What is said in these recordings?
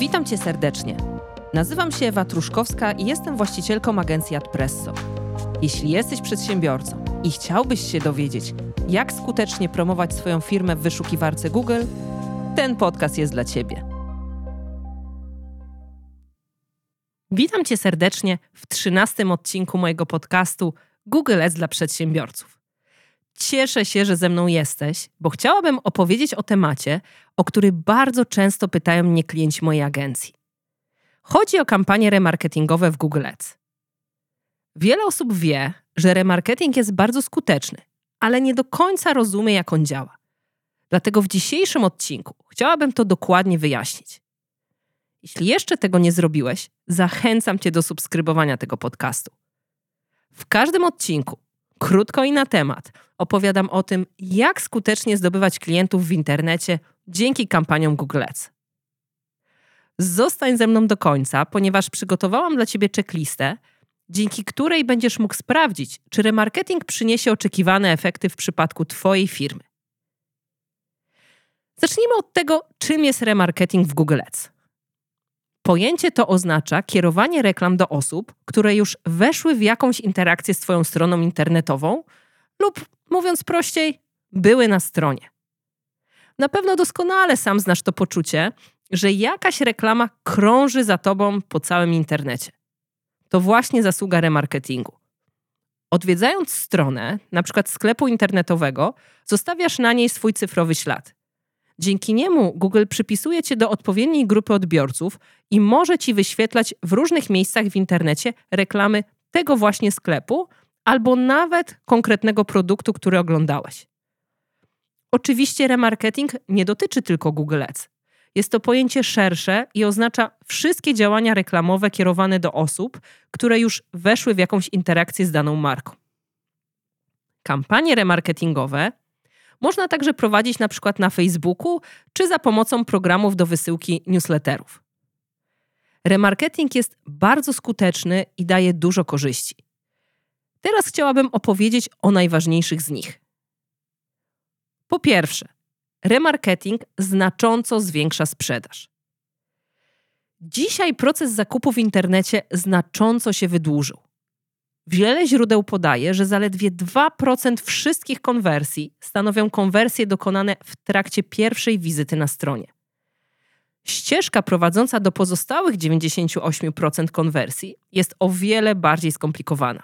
Witam Cię serdecznie. Nazywam się Ewa Truszkowska i jestem właścicielką agencji Adpresso. Jeśli jesteś przedsiębiorcą i chciałbyś się dowiedzieć, jak skutecznie promować swoją firmę w wyszukiwarce Google, ten podcast jest dla Ciebie. Witam Cię serdecznie w 13. odcinku mojego podcastu Google Ads dla przedsiębiorców. Cieszę się, że ze mną jesteś, bo chciałabym opowiedzieć o temacie, o który bardzo często pytają mnie klienci mojej agencji. Chodzi o kampanie remarketingowe w Google Ads. Wiele osób wie, że remarketing jest bardzo skuteczny, ale nie do końca rozumie, jak on działa. Dlatego w dzisiejszym odcinku chciałabym to dokładnie wyjaśnić. Jeśli jeszcze tego nie zrobiłeś, zachęcam Cię do subskrybowania tego podcastu. W każdym odcinku, krótko i na temat, opowiadam o tym, jak skutecznie zdobywać klientów w internecie dzięki kampaniom Google Ads. Zostań ze mną do końca, ponieważ przygotowałam dla Ciebie checklistę, dzięki której będziesz mógł sprawdzić, czy remarketing przyniesie oczekiwane efekty w przypadku Twojej firmy. Zacznijmy od tego, czym jest remarketing w Google Ads. Pojęcie to oznacza kierowanie reklam do osób, które już weszły w jakąś interakcję z Twoją stroną internetową lub, mówiąc prościej, były na stronie. Na pewno doskonale sam znasz to poczucie, że jakaś reklama krąży za Tobą po całym internecie. To właśnie zasługa remarketingu. Odwiedzając stronę, np. sklepu internetowego, zostawiasz na niej swój cyfrowy ślad. Dzięki niemu Google przypisuje Cię do odpowiedniej grupy odbiorców i może Ci wyświetlać w różnych miejscach w internecie reklamy tego właśnie sklepu albo nawet konkretnego produktu, który oglądałeś. Oczywiście remarketing nie dotyczy tylko Google Ads. Jest to pojęcie szersze i oznacza wszystkie działania reklamowe kierowane do osób, które już weszły w jakąś interakcję z daną marką. Kampanie remarketingowe można także prowadzić na przykład na Facebooku czy za pomocą programów do wysyłki newsletterów. Remarketing jest bardzo skuteczny i daje dużo korzyści. Teraz chciałabym opowiedzieć o najważniejszych z nich. Po pierwsze, remarketing znacząco zwiększa sprzedaż. Dzisiaj proces zakupu w internecie znacząco się wydłużył. Wiele źródeł podaje, że zaledwie 2% wszystkich konwersji stanowią konwersje dokonane w trakcie pierwszej wizyty na stronie. Ścieżka prowadząca do pozostałych 98% konwersji jest o wiele bardziej skomplikowana.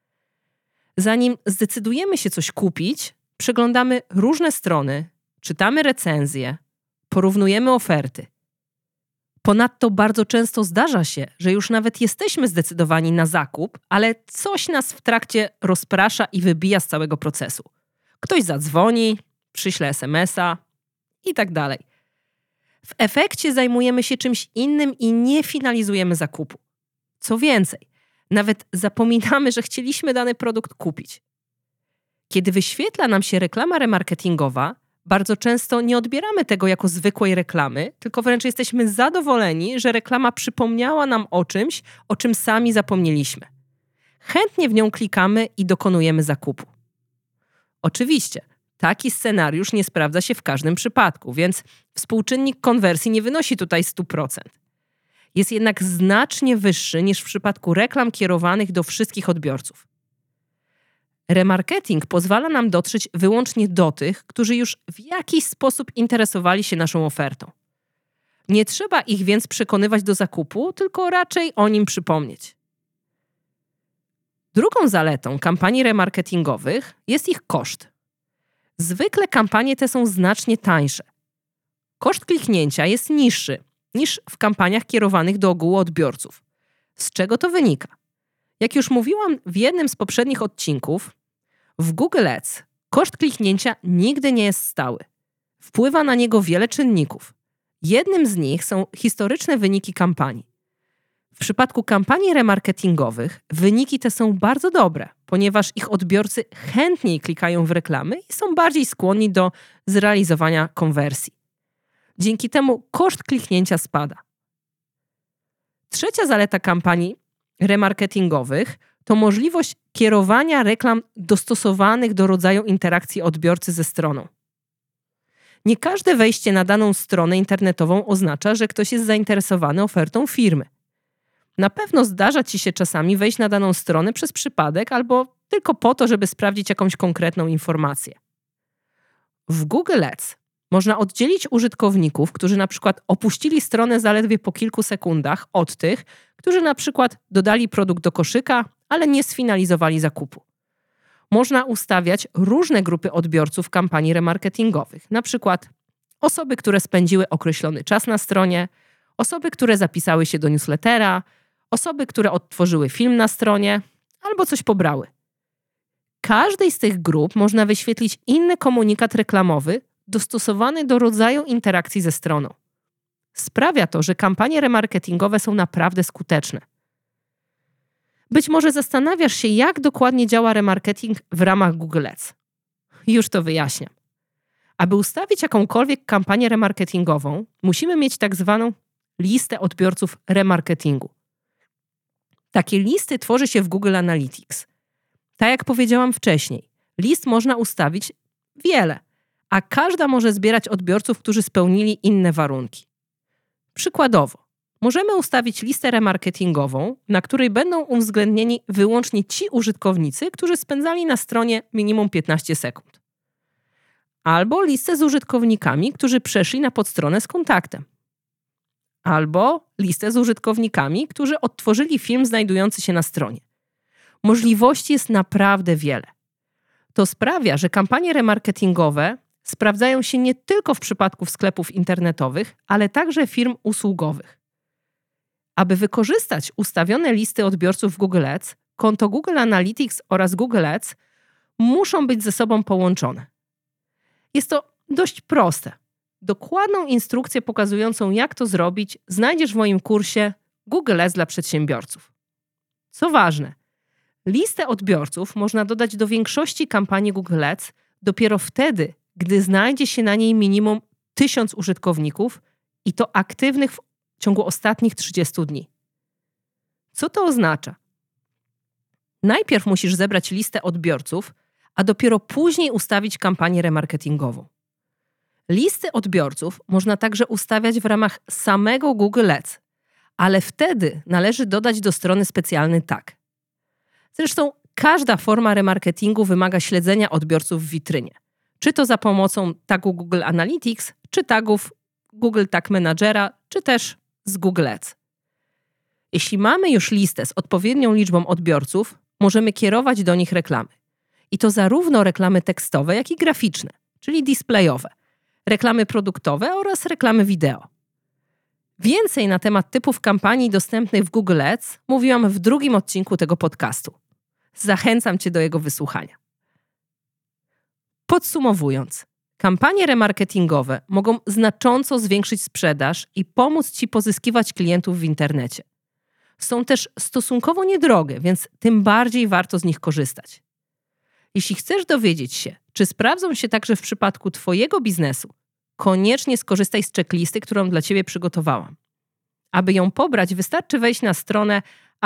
Zanim zdecydujemy się coś kupić, przeglądamy różne strony, czytamy recenzje, porównujemy oferty. Ponadto bardzo często zdarza się, że już nawet jesteśmy zdecydowani na zakup, ale coś nas w trakcie rozprasza i wybija z całego procesu. Ktoś zadzwoni, przyśle SMS-a i tak dalej. W efekcie zajmujemy się czymś innym i nie finalizujemy zakupu. Co więcej, nawet zapominamy, że chcieliśmy dany produkt kupić. Kiedy wyświetla nam się reklama remarketingowa, bardzo często nie odbieramy tego jako zwykłej reklamy, tylko wręcz jesteśmy zadowoleni, że reklama przypomniała nam o czymś, o czym sami zapomnieliśmy. Chętnie w nią klikamy i dokonujemy zakupu. Oczywiście, taki scenariusz nie sprawdza się w każdym przypadku, więc współczynnik konwersji nie wynosi tutaj 100%. Jest jednak znacznie wyższy niż w przypadku reklam kierowanych do wszystkich odbiorców. Remarketing pozwala nam dotrzeć wyłącznie do tych, którzy już w jakiś sposób interesowali się naszą ofertą. Nie trzeba ich więc przekonywać do zakupu, tylko raczej o nim przypomnieć. Drugą zaletą kampanii remarketingowych jest ich koszt. Zwykle kampanie te są znacznie tańsze. Koszt kliknięcia jest niższy niż w kampaniach kierowanych do ogółu odbiorców. Z czego to wynika? Jak już mówiłam w jednym z poprzednich odcinków, w Google Ads koszt kliknięcia nigdy nie jest stały. Wpływa na niego wiele czynników. Jednym z nich są historyczne wyniki kampanii. W przypadku kampanii remarketingowych wyniki te są bardzo dobre, ponieważ ich odbiorcy chętniej klikają w reklamy i są bardziej skłonni do zrealizowania konwersji. Dzięki temu koszt kliknięcia spada. Trzecia zaleta kampanii remarketingowych to możliwość kierowania reklam dostosowanych do rodzaju interakcji odbiorcy ze stroną. Nie każde wejście na daną stronę internetową oznacza, że ktoś jest zainteresowany ofertą firmy. Na pewno zdarza Ci się czasami wejść na daną stronę przez przypadek albo tylko po to, żeby sprawdzić jakąś konkretną informację. W Google Ads można oddzielić użytkowników, którzy na przykład opuścili stronę zaledwie po kilku sekundach, od tych, którzy na przykład dodali produkt do koszyka, ale nie sfinalizowali zakupu. Można ustawiać różne grupy odbiorców kampanii remarketingowych, na przykład osoby, które spędziły określony czas na stronie, osoby, które zapisały się do newslettera, osoby, które odtworzyły film na stronie albo coś pobrały. Każdej z tych grup można wyświetlić inny komunikat reklamowy dostosowany do rodzaju interakcji ze stroną. Sprawia to, że kampanie remarketingowe są naprawdę skuteczne. Być może zastanawiasz się, jak dokładnie działa remarketing w ramach Google Ads. Już to wyjaśniam. Aby ustawić jakąkolwiek kampanię remarketingową, musimy mieć tak zwaną listę odbiorców remarketingu. Takie listy tworzy się w Google Analytics. Tak jak powiedziałam wcześniej, list można ustawić wiele, a każda może zbierać odbiorców, którzy spełnili inne warunki. Przykładowo, możemy ustawić listę remarketingową, na której będą uwzględnieni wyłącznie ci użytkownicy, którzy spędzali na stronie minimum 15 sekund. Albo listę z użytkownikami, którzy przeszli na podstronę z kontaktem. Albo listę z użytkownikami, którzy odtworzyli film znajdujący się na stronie. Możliwości jest naprawdę wiele. To sprawia, że kampanie remarketingowe sprawdzają się nie tylko w przypadku sklepów internetowych, ale także firm usługowych. Aby wykorzystać ustawione listy odbiorców w Google Ads, konto Google Analytics oraz Google Ads muszą być ze sobą połączone. Jest to dość proste. Dokładną instrukcję pokazującą, jak to zrobić, znajdziesz w moim kursie Google Ads dla przedsiębiorców. Co ważne, listę odbiorców można dodać do większości kampanii Google Ads dopiero wtedy, gdy znajdzie się na niej minimum 1000 użytkowników i to aktywnych w ciągu ostatnich 30 dni. Co to oznacza? Najpierw musisz zebrać listę odbiorców, a dopiero później ustawić kampanię remarketingową. Listy odbiorców można także ustawiać w ramach samego Google Ads, ale wtedy należy dodać do strony specjalny tag. Zresztą każda forma remarketingu wymaga śledzenia odbiorców w witrynie. Czy to za pomocą tagu Google Analytics, czy tagów Google Tag Managera, czy też z Google Ads. Jeśli mamy już listę z odpowiednią liczbą odbiorców, możemy kierować do nich reklamy. I to zarówno reklamy tekstowe, jak i graficzne, czyli displayowe, reklamy produktowe oraz reklamy wideo. Więcej na temat typów kampanii dostępnych w Google Ads mówiłam w drugim odcinku tego podcastu. Zachęcam Cię do jego wysłuchania. Podsumowując, kampanie remarketingowe mogą znacząco zwiększyć sprzedaż i pomóc Ci pozyskiwać klientów w internecie. Są też stosunkowo niedrogie, więc tym bardziej warto z nich korzystać. Jeśli chcesz dowiedzieć się, czy sprawdzą się także w przypadku Twojego biznesu, koniecznie skorzystaj z checklisty, którą dla Ciebie przygotowałam. Aby ją pobrać, wystarczy wejść na stronę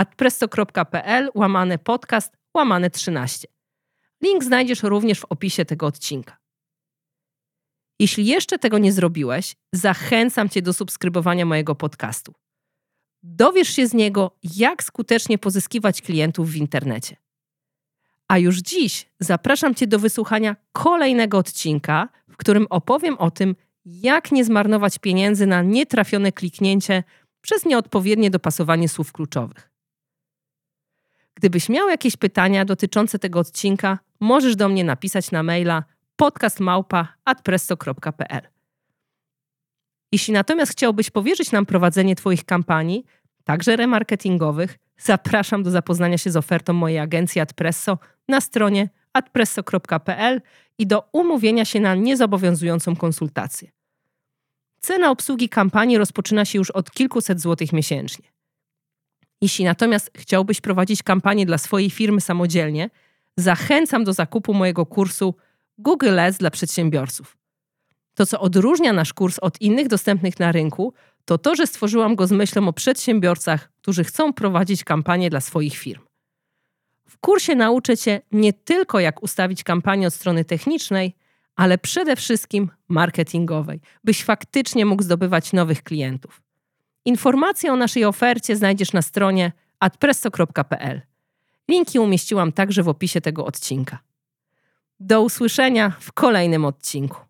adpresso.pl/podcast/13. Link znajdziesz również w opisie tego odcinka. Jeśli jeszcze tego nie zrobiłeś, zachęcam Cię do subskrybowania mojego podcastu. Dowiesz się z niego, jak skutecznie pozyskiwać klientów w internecie. A już dziś zapraszam Cię do wysłuchania kolejnego odcinka, w którym opowiem o tym, jak nie zmarnować pieniędzy na nietrafione kliknięcie przez nieodpowiednie dopasowanie słów kluczowych. Gdybyś miał jakieś pytania dotyczące tego odcinka, możesz do mnie napisać na maila podcast@adpresso.pl. Jeśli natomiast chciałbyś powierzyć nam prowadzenie Twoich kampanii, także remarketingowych, zapraszam do zapoznania się z ofertą mojej agencji Adpresso na stronie adpresso.pl i do umówienia się na niezobowiązującą konsultację. Cena obsługi kampanii rozpoczyna się już od kilkuset złotych miesięcznie. Jeśli natomiast chciałbyś prowadzić kampanię dla swojej firmy samodzielnie, zachęcam do zakupu mojego kursu Google Ads dla przedsiębiorców. To, co odróżnia nasz kurs od innych dostępnych na rynku, to to, że stworzyłam go z myślą o przedsiębiorcach, którzy chcą prowadzić kampanię dla swoich firm. W kursie nauczę Cię nie tylko, jak ustawić kampanię od strony technicznej, ale przede wszystkim marketingowej, byś faktycznie mógł zdobywać nowych klientów. Informacje o naszej ofercie znajdziesz na stronie adpresso.pl. Linki umieściłam także w opisie tego odcinka. Do usłyszenia w kolejnym odcinku.